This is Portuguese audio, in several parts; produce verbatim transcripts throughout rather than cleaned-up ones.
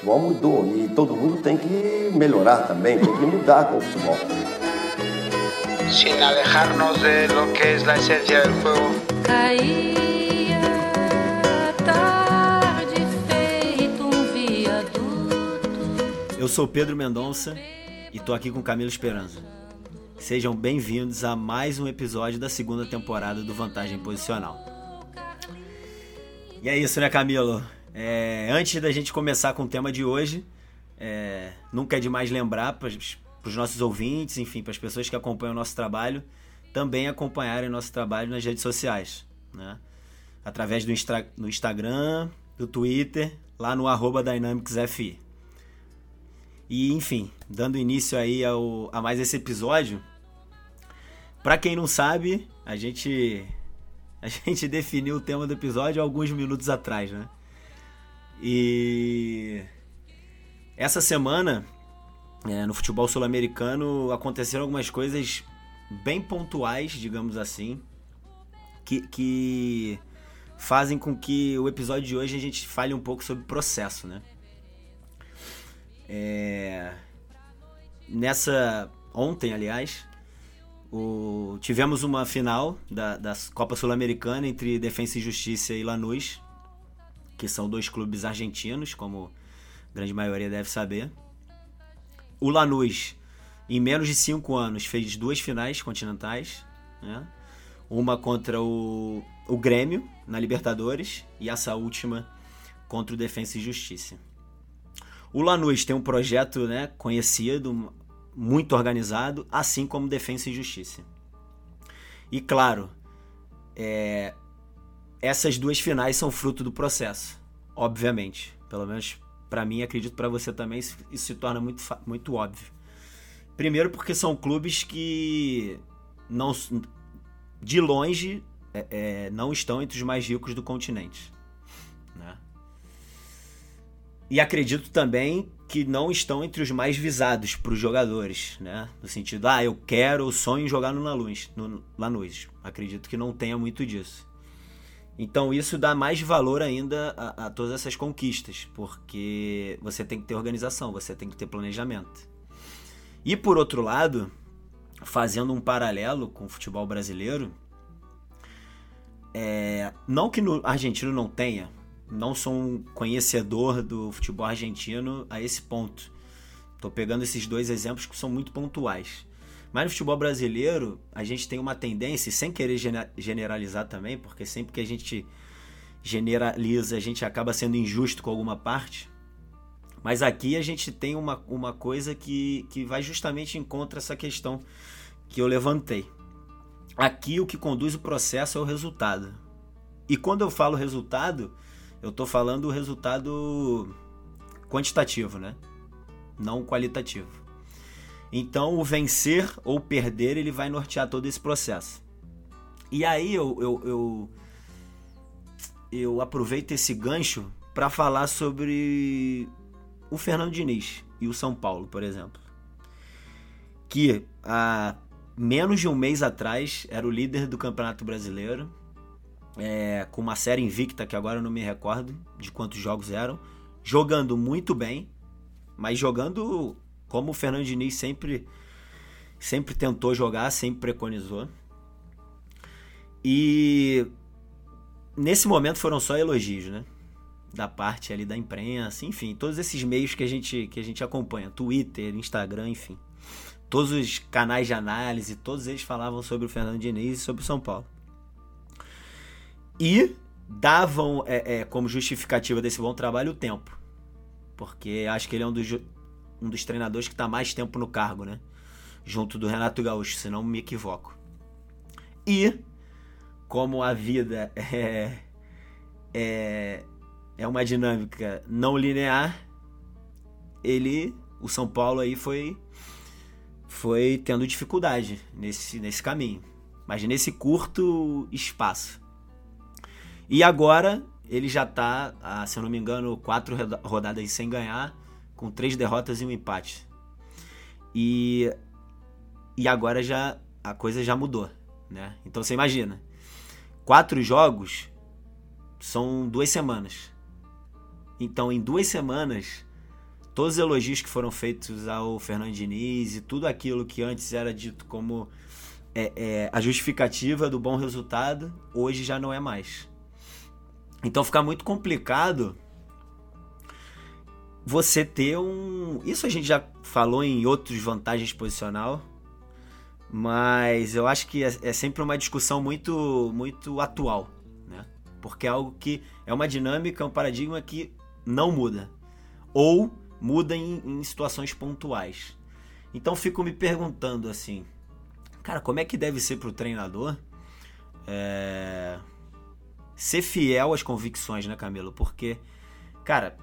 futebol mudou e todo mundo tem que melhorar também, tem que mudar com o futebol. Sin alejarnos de lo que es la esencia del juego. Caía tarde feito um viaduto. Eu sou Pedro Mendonça e tô aqui com Camilo Esperança. Sejam bem-vindos a mais um episódio da segunda temporada do Vantagem Posicional. E é isso, né, Camilo? É, antes da gente começar com o tema de hoje, é, nunca é demais lembrar para os nossos ouvintes, enfim, para as pessoas que acompanham o nosso trabalho, também acompanharem nosso trabalho nas redes sociais, né? Através do Instra- no Instagram, do Twitter, lá no arroba DynamicsFI. E, enfim, dando início aí ao, a mais esse episódio, para quem não sabe, a gente, a gente definiu o tema do episódio há alguns minutos atrás, né? E essa semana, é, no futebol sul-americano, aconteceram algumas coisas bem pontuais, digamos assim, que, que fazem com que o episódio de hoje a gente fale um pouco sobre processo, né? É, nessa ontem, aliás, o, tivemos uma final da, da Copa Sul-Americana entre Defensa e Justiça e Lanús, que são dois clubes argentinos, como a grande maioria deve saber. O Lanús, em menos de cinco anos, fez duas finais continentais, né? Uma contra o, o Grêmio, na Libertadores, e essa última contra o Defensa e Justiça. O Lanús tem um projeto, né, conhecido, muito organizado, assim como Defensa e Justiça. E claro, é... essas duas finais são fruto do processo, obviamente. Pelo menos para mim, acredito para você também, isso, isso se torna muito, muito óbvio. Primeiro porque são clubes que, não, de longe, é, é, não estão entre os mais ricos do continente, né? E acredito também que não estão entre os mais visados para os jogadores, né? No sentido, ah, eu quero, eu sonho em jogar no Lanús, no Lanús. Acredito que não tenha muito disso. Então isso dá mais valor ainda a, a todas essas conquistas, porque você tem que ter organização, você tem que ter planejamento. E por outro lado, fazendo um paralelo com o futebol brasileiro, é, não que no argentino não tenha, não sou um conhecedor do futebol argentino a esse ponto. Estou pegando esses dois exemplos que são muito pontuais. Mas no futebol brasileiro, a gente tem uma tendência, sem querer generalizar também, porque sempre que a gente generaliza, a gente acaba sendo injusto com alguma parte. Mas aqui a gente tem uma, uma coisa que, que vai justamente em contra essa questão que eu levantei. Aqui o que conduz o processo é o resultado. E quando eu falo resultado, eu estou falando o resultado quantitativo, né? Não qualitativo. Então, o vencer ou perder, ele vai nortear todo esse processo. E aí, eu, eu, eu, eu aproveito esse gancho para falar sobre o Fernando Diniz e o São Paulo, por exemplo. Que há menos de um mês atrás era o líder do Campeonato Brasileiro, é, com uma série invicta, que agora eu não me recordo de quantos jogos eram, jogando muito bem, mas jogando como o Fernando Diniz sempre, sempre tentou jogar, sempre preconizou. E nesse momento foram só elogios, né? Da parte ali da imprensa, enfim, todos esses meios que a gente, que a gente acompanha, Twitter, Instagram, enfim. Todos os canais de análise, todos eles falavam sobre o Fernando Diniz e sobre o São Paulo. E davam é, é, como justificativa desse bom trabalho o tempo. Porque acho que ele é um dos... um dos treinadores que está mais tempo no cargo, né? Junto do Renato Gaúcho, se não me equivoco. E, como a vida é, é, é uma dinâmica não linear, ele, o São Paulo aí foi, foi tendo dificuldade nesse, nesse caminho. Mas nesse curto espaço. E agora, ele já está, se eu não me engano, quatro rodadas sem ganhar, com três derrotas e um empate. E, e agora já a coisa já mudou, né? Então você imagina, quatro jogos são duas semanas. Então em duas semanas todos os elogios que foram feitos ao Fernando Diniz e tudo aquilo que antes era dito como é, é, a justificativa do bom resultado, hoje já não é mais. Então fica muito complicado você ter um... Isso a gente já falou em outros vantagens posicional, mas eu acho que é, é sempre uma discussão muito, muito atual, né? Porque é algo que é uma dinâmica, um paradigma que não muda. Ou muda em, em situações pontuais. Então fico me perguntando assim, cara, como é que deve ser pro treinador é, ser fiel às convicções, né, Camilo? Porque, cara,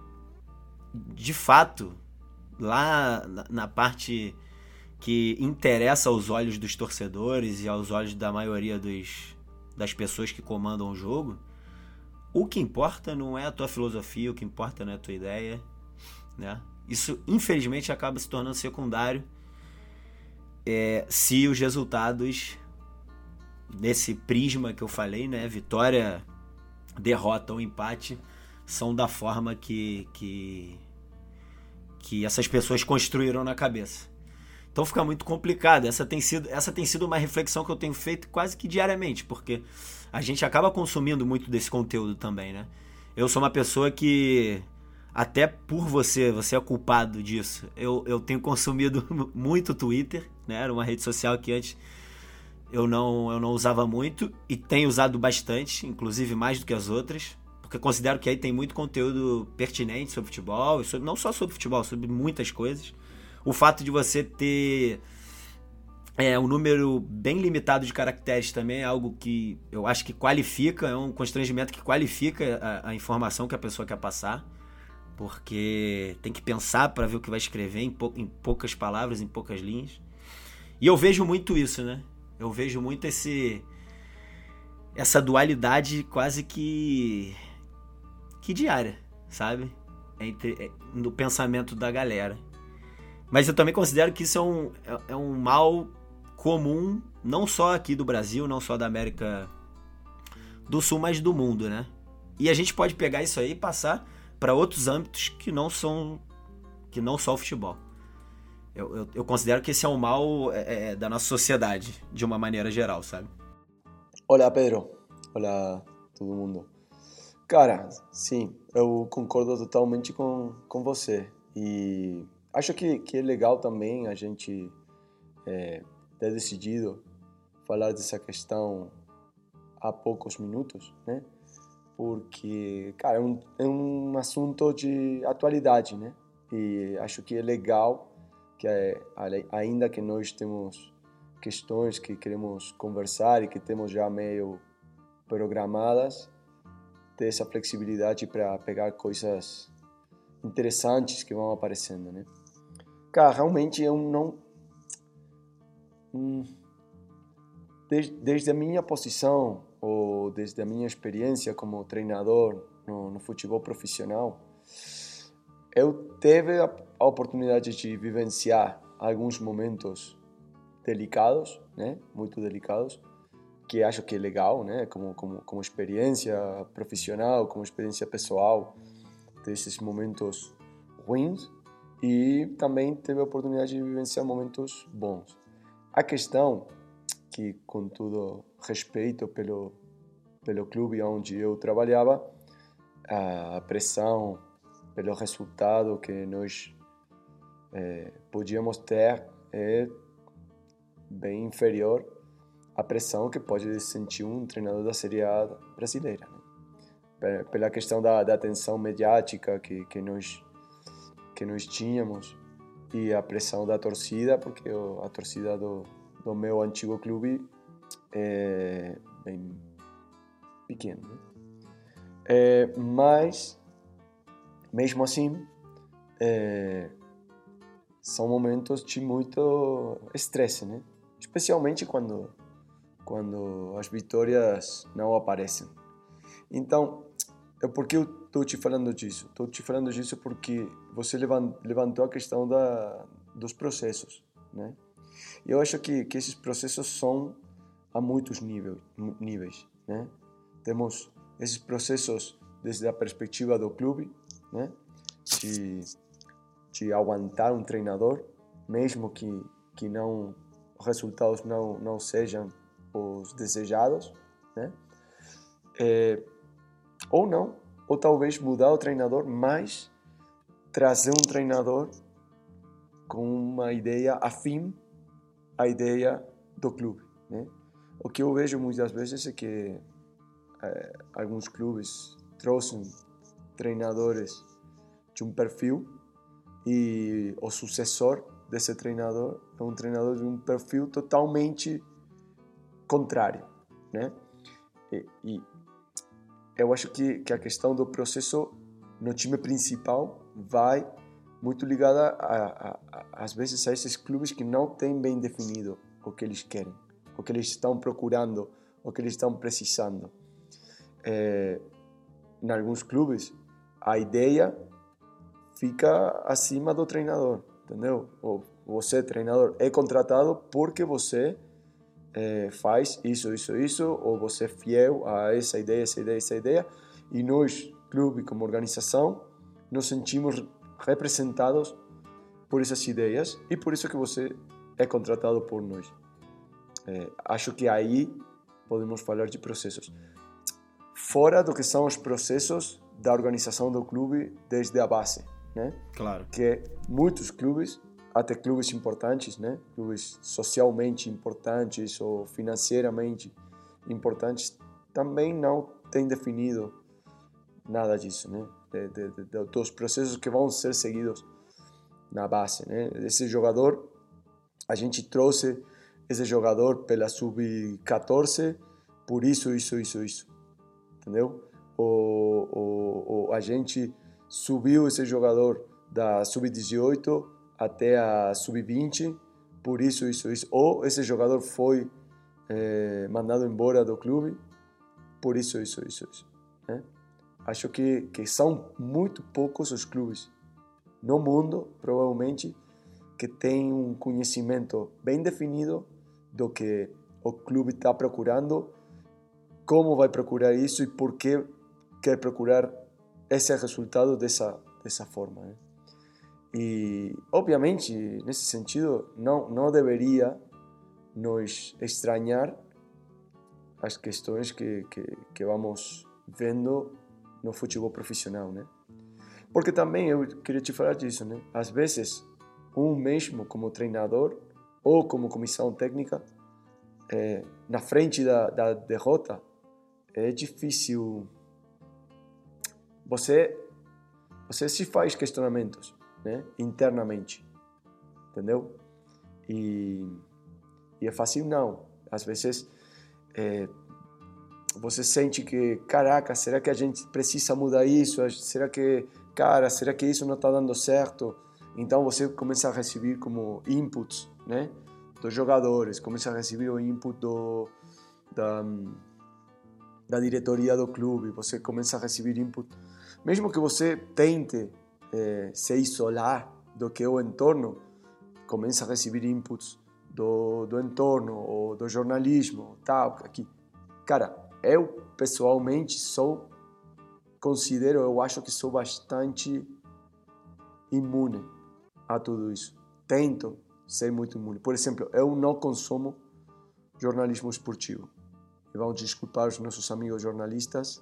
de fato, lá na, na parte que interessa aos olhos dos torcedores e aos olhos da maioria dos, das pessoas que comandam o jogo, o que importa não é a tua filosofia, o que importa não é a tua ideia, né? Isso, infelizmente, acaba se tornando secundário é, se os resultados nesse prisma que eu falei, né? Vitória, derrota ou empate, são da forma que, que, que essas pessoas construíram na cabeça. Então fica muito complicado. Essa tem sido, essa tem sido uma reflexão que eu tenho feito quase que diariamente, porque a gente acaba consumindo muito desse conteúdo também, né? Eu sou uma pessoa que, até por você, você é culpado disso, eu, eu tenho consumido muito Twitter, né? Era uma rede social que antes eu não, eu não usava muito e tenho usado bastante, inclusive mais do que as outras, porque considero que aí tem muito conteúdo pertinente sobre futebol, e sobre, não só sobre futebol, sobre muitas coisas. O fato de você ter é, um número bem limitado de caracteres também é algo que eu acho que qualifica, é um constrangimento que qualifica a, a informação que a pessoa quer passar, porque tem que pensar para ver o que vai escrever em, pou, em poucas palavras, em poucas linhas. E eu vejo muito isso, né? Eu vejo muito esse, essa dualidade quase que, que diária, sabe? Entre, no pensamento da galera. Mas eu também considero que isso é um, é, é um mal comum, não só aqui do Brasil, não só da América do Sul, mas do mundo, né? E a gente pode pegar isso aí e passar para outros âmbitos que não são, que não só o futebol. Eu, eu, eu considero que esse é um mal é, é, da nossa sociedade, de uma maneira geral, sabe? Olá, Pedro. Olá, todo mundo. Cara, sim, eu concordo totalmente com, com você. E acho que, que é legal também a gente é, ter decidido falar dessa questão há poucos minutos, né? Porque, cara, é um, é um assunto de atualidade, né? E acho que é legal que, é, ainda que nós temos questões que queremos conversar e que temos já meio programadas, ter essa flexibilidade para pegar coisas interessantes que vão aparecendo, né? Cara, realmente eu não... Hum, desde, desde a minha posição ou desde a minha experiência como treinador no, no futebol profissional, eu teve a, a oportunidade de vivenciar alguns momentos delicados, né? Muito delicados, que acho que é legal, né? Como, como, como experiência profissional, como experiência pessoal, desses momentos ruins, e também teve a oportunidade de vivenciar momentos bons. A questão que, com todo respeito pelo, pelo clube onde eu trabalhava, a pressão pelo resultado que nós é, podíamos ter é bem inferior à pressão que pode sentir um treinador da Série A brasileira, né? Pela questão da, da atenção mediática que, que, nós, que nós tínhamos e a pressão da torcida, porque a torcida do, do meu antigo clube é bem pequena, né? É, mas, mesmo assim, é, são momentos de muito estresse, né? Especialmente quando, quando as vitórias não aparecem. Então, por que eu estou te falando disso? Estou te falando disso porque você levantou a questão da, dos processos, né? Eu acho que, que esses processos são a muitos níveis, níveis, né? Temos esses processos desde a perspectiva do clube, né? De de aguentar um treinador, mesmo que, que não, os resultados não, não sejam os desejados, né? É, ou não, ou talvez mudar o treinador, mas trazer um treinador com uma ideia afim à ideia do clube, né? O que eu vejo muitas vezes é que é, alguns clubes trouxeram treinadores de um perfil e o sucessor desse treinador é um treinador de um perfil totalmente contrário, né? E, e eu acho que, que a questão do processo no time principal vai muito ligada, a, a, a, às vezes, a esses clubes que não têm bem definido o que eles querem, o que eles estão procurando, o que eles estão precisando. É, em alguns clubes, a ideia fica acima do treinador, entendeu? Ou você, treinador, é contratado porque você é, faz isso, isso, isso, ou você é fiel a essa ideia, essa ideia, essa ideia, e nós, clube, como organização, nos sentimos representados por essas ideias e por isso que você é contratado por nós. É, acho que aí podemos falar de processos. Fora do que são os processos da organização do clube desde a base, né? Claro. Que muitos clubes, até clubes importantes, né? Clubes socialmente importantes ou financeiramente importantes, também não têm definido nada disso, né? De, de, de, dos processos que vão ser seguidos na base, né? Esse jogador, a gente trouxe esse jogador pela sub catorze por isso, isso, isso, isso, entendeu? Ou, ou, ou a gente subiu esse jogador da sub dezoito até a sub vinte por isso, isso, isso, ou esse jogador foi é, mandado embora do clube por isso, isso, isso, isso, né? Acho que, que são muito poucos os clubes no mundo, provavelmente, que têm um conhecimento bem definido do que o clube está procurando, como vai procurar isso e por que quer procurar esse resultado dessa, dessa forma, né? E, obviamente, nesse sentido, não, não deveria nos estranhar as questões que, que, que vamos vendo no futebol profissional, né? Porque também eu queria te falar disso, né? Às vezes, um mesmo como treinador ou como comissão técnica, é, na frente da, da derrota, é difícil. Você, você se faz questionamentos, né? Internamente, entendeu? E, e é fácil não. Às vezes, é, você sente que, caraca, será que a gente precisa mudar isso? Será que, cara, será que isso não está dando certo? Então você começa a receber como inputs, né, dos jogadores, começa a receber o input do, da, da diretoria do clube, você começa a receber input. Mesmo que você tente é, se isolar do que é o entorno, começa a receber inputs do, do entorno, ou do jornalismo, tal, aqui. Cara, eu, pessoalmente, sou, considero, eu acho que sou bastante imune a tudo isso. Tento ser muito imune. Por exemplo, eu não consumo jornalismo esportivo. E vão desculpar os nossos amigos jornalistas.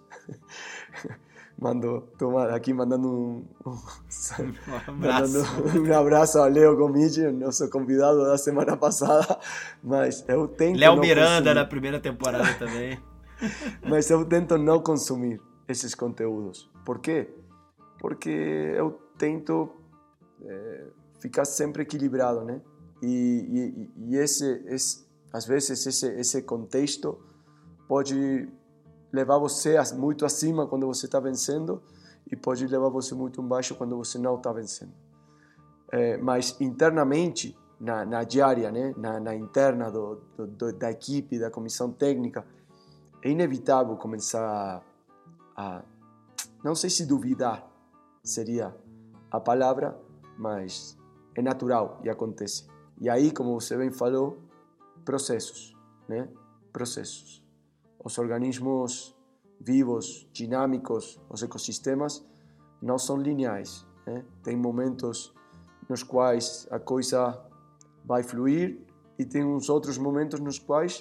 Mando, tô aqui mandando um, um, um, mandando abraço. um abraço ao Léo Gomide, nosso convidado da semana passada. Mas eu tento Léo não Miranda consumir. na primeira temporada também. Mas eu tento não consumir esses conteúdos. Por quê? Porque eu tento é, ficar sempre equilibrado, né? E, e, e esse, esse, às vezes esse, esse contexto pode levar você muito acima quando você está vencendo e pode levar você muito embaixo quando você não está vencendo. É, mas internamente, na, na diária, né? na, na interna do, do, da equipe, da comissão técnica, é inevitável começar a, não sei se duvidar seria a palavra, mas é natural e acontece. E aí, como você bem falou, processos, né? Processos. Os organismos vivos, dinâmicos, os ecossistemas, não são lineares, né? Tem momentos nos quais a coisa vai fluir e tem uns outros momentos nos quais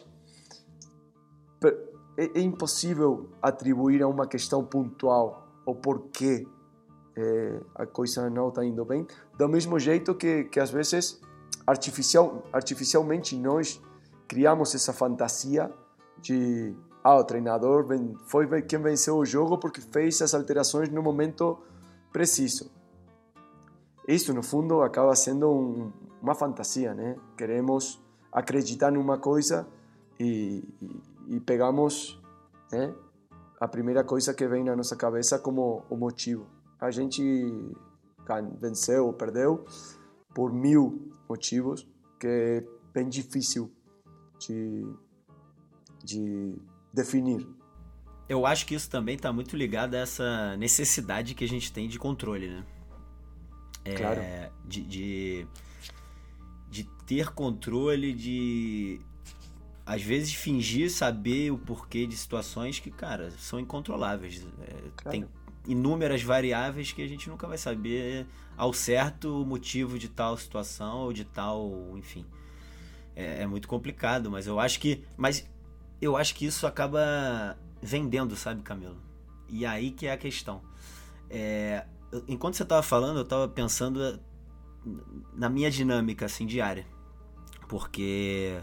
é, é impossível atribuir a uma questão pontual o porquê é, a coisa não está indo bem, do mesmo jeito que, que às vezes artificial, artificialmente nós criamos essa fantasia de ah, o treinador foi quem venceu o jogo porque fez as alterações no momento preciso. Isso, no fundo, acaba sendo um, uma fantasia, né? Queremos acreditar numa coisa e, e, e pegamos, né, a primeira coisa que vem na nossa cabeça como o motivo. A gente venceu ou perdeu por mil motivos que é bem difícil de, de definir. Eu acho que isso também está muito ligado a essa necessidade que a gente tem de controle, né? É, claro. De, de, de ter controle, de às vezes fingir saber o porquê de situações que, cara, são incontroláveis. É, claro. Tem inúmeras variáveis que a gente nunca vai saber ao certo o motivo de tal situação ou de tal, enfim. É, é muito complicado, mas eu acho que, mas eu acho que isso acaba vendendo, sabe, Camilo? E aí que é a questão. É, enquanto você estava falando, eu estava pensando na minha dinâmica assim, diária. Porque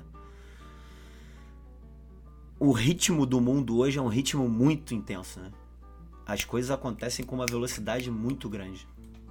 o ritmo do mundo hoje é um ritmo muito intenso, né? As coisas acontecem com uma velocidade muito grande.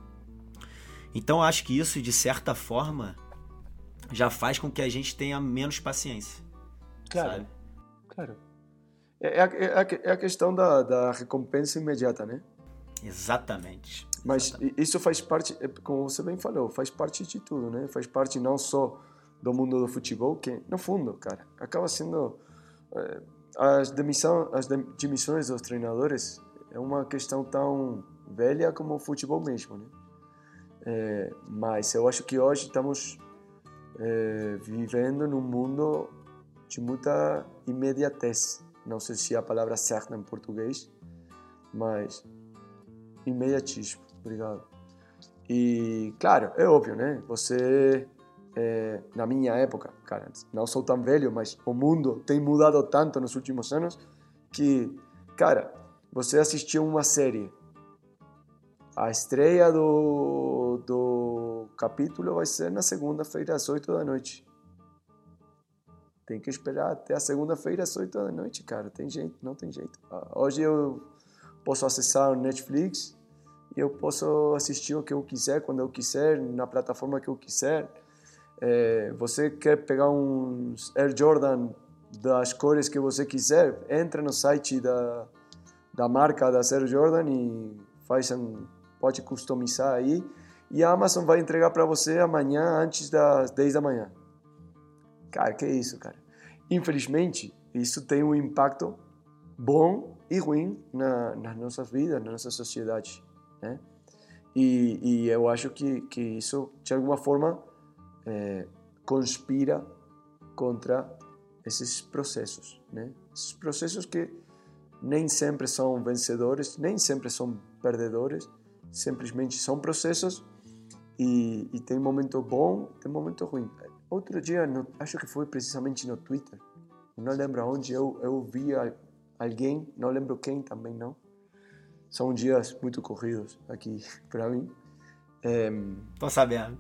Então eu acho que isso, de certa forma, já faz com que a gente tenha menos paciência. Claro, sabe? Claro. É a, é a, é a questão da, da recompensa imediata, né? Exatamente. Mas Exatamente. Isso faz parte, como você bem falou, faz parte de tudo, né? Faz parte não só do mundo do futebol, que, no fundo, cara, acaba sendo... É, as, demissão, as demissões dos treinadores é uma questão tão velha como o futebol mesmo, né? É, mas eu acho que hoje estamos é, vivendo num mundo de muita imediatez. Não sei se é a palavra certa em português, mas imediatismo. Obrigado. E, claro, é óbvio, né? Você, é, na minha época, cara, não sou tão velho, mas o mundo tem mudado tanto nos últimos anos que, cara, você assistiu uma série, a estreia do, do capítulo vai ser na segunda-feira às oito da noite. Tem que esperar até a segunda-feira às oito da noite, cara. Tem jeito, não tem jeito. Hoje eu posso acessar o Netflix e eu posso assistir o que eu quiser, quando eu quiser, na plataforma que eu quiser. É, você quer pegar uns Air Jordan das cores que você quiser, entra no site da, da marca da Air Jordan e faz um, pode customizar aí. E a Amazon vai entregar para você amanhã, antes das dez da manhã. Cara, que é isso, cara? Infelizmente, isso tem um impacto bom e ruim na, nas nossas vidas, na nossa sociedade, né? E, e eu acho que, que isso, de alguma forma, é, conspira contra esses processos, né? Esses processos que nem sempre são vencedores, nem sempre são perdedores, simplesmente são processos e, e tem momento bom, tem momento ruim. Outro dia, no, acho que foi precisamente no Twitter, não lembro onde, eu, eu vi a, alguém, não lembro quem também não. São dias muito corridos aqui para mim. É, Tô sabendo.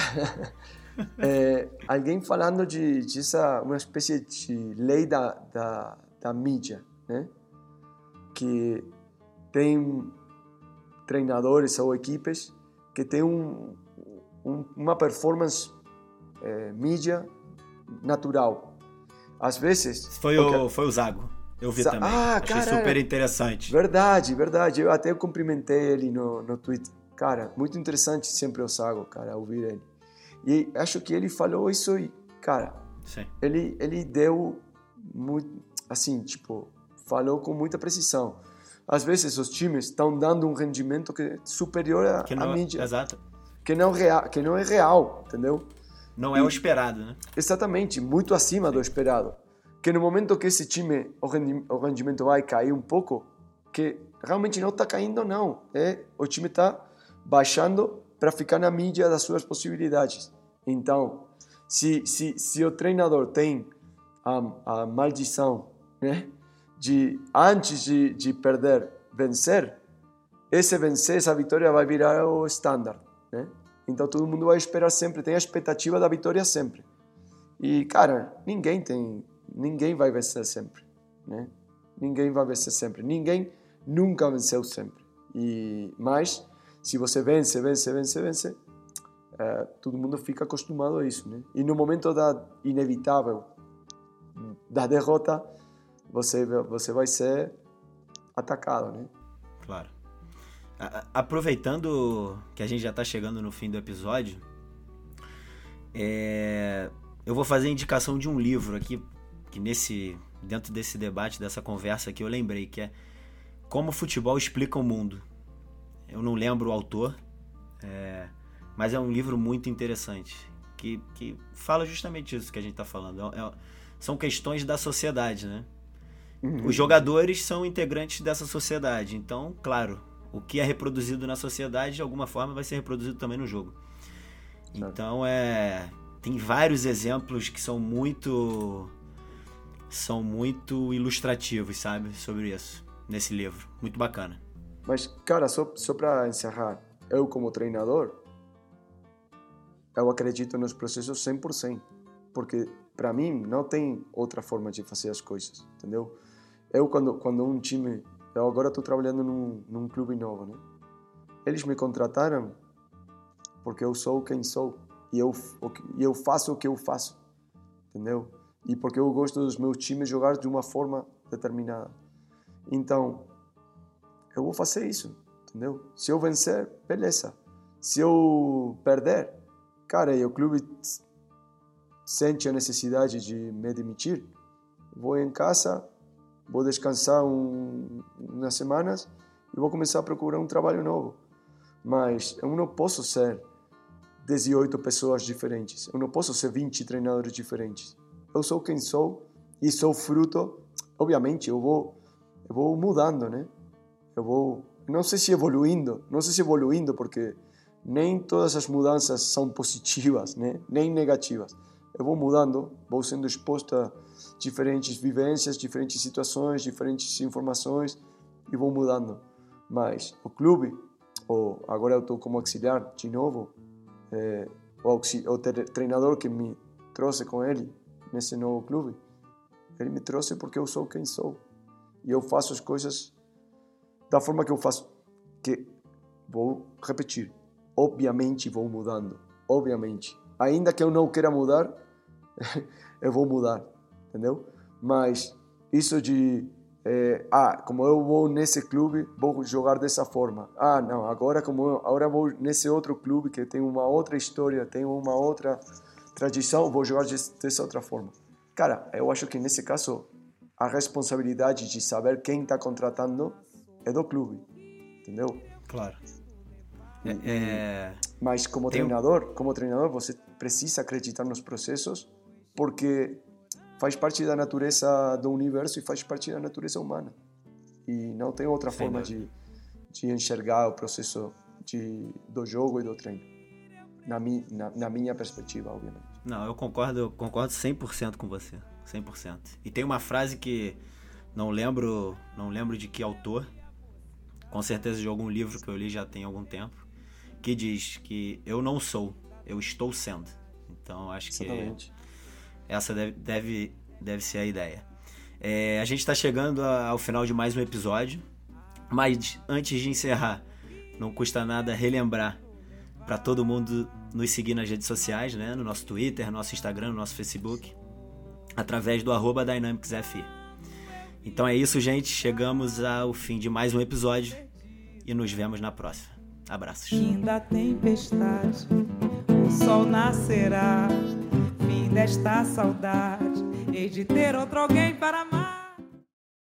é, alguém falando de, de essa, uma espécie de lei da, da, da mídia, né? Que tem treinadores ou equipes que têm um, um, uma performance É, mídia natural. Às vezes... Foi, porque... o, foi o Zago. Eu vi Za... também. Ah, Achei cara, super interessante. Verdade, verdade. Eu até cumprimentei ele no, no Twitter. Cara, muito interessante sempre o Zago, cara, ouvir ele. E acho que ele falou isso e, cara, Sim. Ele, ele deu muito... Assim, tipo, falou com muita precisão. Às vezes os times estão dando um rendimento que é superior à, que não, à mídia. Exato. Que não, rea, que não é real, entendeu? Não é o esperado, né? Exatamente, muito acima Sim. do esperado. Que no momento que esse time, o rendimento vai cair um pouco, que realmente não está caindo, não. É, o time está baixando para ficar na mídia das suas possibilidades. Então, se, se, se o treinador tem a, a maldição, né, de antes de, de perder, vencer, esse vencer, essa vitória vai virar o standard, né? Então todo mundo vai esperar sempre, tem a expectativa da vitória sempre. E, cara, ninguém tem, ninguém vai vencer sempre, né? Ninguém vai vencer sempre, ninguém nunca venceu sempre. E, mas, se você vence, vence, vence, vence, é, todo mundo fica acostumado a isso, né? E no momento da inevitável, da derrota, você, você vai ser atacado, né? Claro. A, aproveitando que a gente já está chegando no fim do episódio, é, eu vou fazer a indicação de um livro aqui, que nesse, dentro desse debate, dessa conversa aqui, eu lembrei, que é Como o Futebol Explica o Mundo. Eu não lembro o autor, é, mas é um livro muito interessante, que, que fala justamente isso que a gente está falando. É, é, são questões da sociedade, né? Uhum. Os jogadores são integrantes dessa sociedade, então, claro, o que é reproduzido na sociedade, de alguma forma, vai ser reproduzido também no jogo. Certo. Então, é, tem vários exemplos que são muito, são muito ilustrativos, sabe, sobre isso, nesse livro. Muito bacana. Mas, cara, só, só para encerrar, eu como treinador, eu acredito nos processos cem por cento, porque para mim não tem outra forma de fazer as coisas, entendeu? Eu, quando, quando um time... Eu agora estou trabalhando num, num clube novo, né? Eles me contrataram porque eu sou quem sou e eu, e eu faço o que eu faço, entendeu? E porque eu gosto dos meus times jogar de uma forma determinada. Então, eu vou fazer isso, entendeu? Se eu vencer, beleza. Se eu perder, cara, e o clube sente a necessidade de me demitir, vou em casa, vou descansar um, umas semanas e vou começar a procurar um trabalho novo. Mas eu não posso ser dezoito pessoas diferentes. Eu não posso ser vinte treinadores diferentes. Eu sou quem sou e sou fruto. Obviamente, eu vou, eu vou mudando, né? Eu vou, não sei se evoluindo, não sei se evoluindo, porque nem todas as mudanças são positivas, né? Nem negativas. Eu vou mudando, vou sendo exposto a diferentes vivências, diferentes situações, diferentes informações e vou mudando. Mas o clube, ou agora eu estou como auxiliar de novo, é, o, o treinador que me trouxe com ele nesse novo clube, ele me trouxe porque eu sou quem sou e eu faço as coisas da forma que eu faço, que vou repetir, obviamente vou mudando, obviamente. Ainda que eu não queira mudar, eu vou mudar, entendeu? Mas isso de, é, ah, como eu vou nesse clube, vou jogar dessa forma. Ah, não, agora como eu, agora vou nesse outro clube que tem uma outra história, tem uma outra tradição, vou jogar de, dessa outra forma. Cara, eu acho que nesse caso, a responsabilidade de saber quem está contratando é do clube, entendeu? Claro. É, é... Mas como Tem... treinador, como treinador, você precisa acreditar nos processos, porque faz parte da natureza do universo e faz parte da natureza humana. E não tem outra Sim, forma de, de enxergar o processo de, do jogo e do treino. Na, mi, na, na minha perspectiva, obviamente. Não, eu concordo, eu concordo cem por cento com você. cem por cento. E tem uma frase que não lembro, não lembro de que autor, com certeza de algum livro que eu li já tem algum tempo, que diz que eu não sou, eu estou sendo. Então, acho Exatamente. que essa deve, deve, deve ser a ideia. É, a gente está chegando ao final de mais um episódio, mas antes de encerrar, não custa nada relembrar para todo mundo nos seguir nas redes sociais, né? No nosso Twitter, no nosso Instagram, no nosso Facebook, através do arroba DynamicsFI. Então é isso, gente. Chegamos ao fim de mais um episódio e nos vemos na próxima. Abraços. Fim da tempestade, o sol nascerá. Fim desta saudade, hei de ter outro alguém para amar.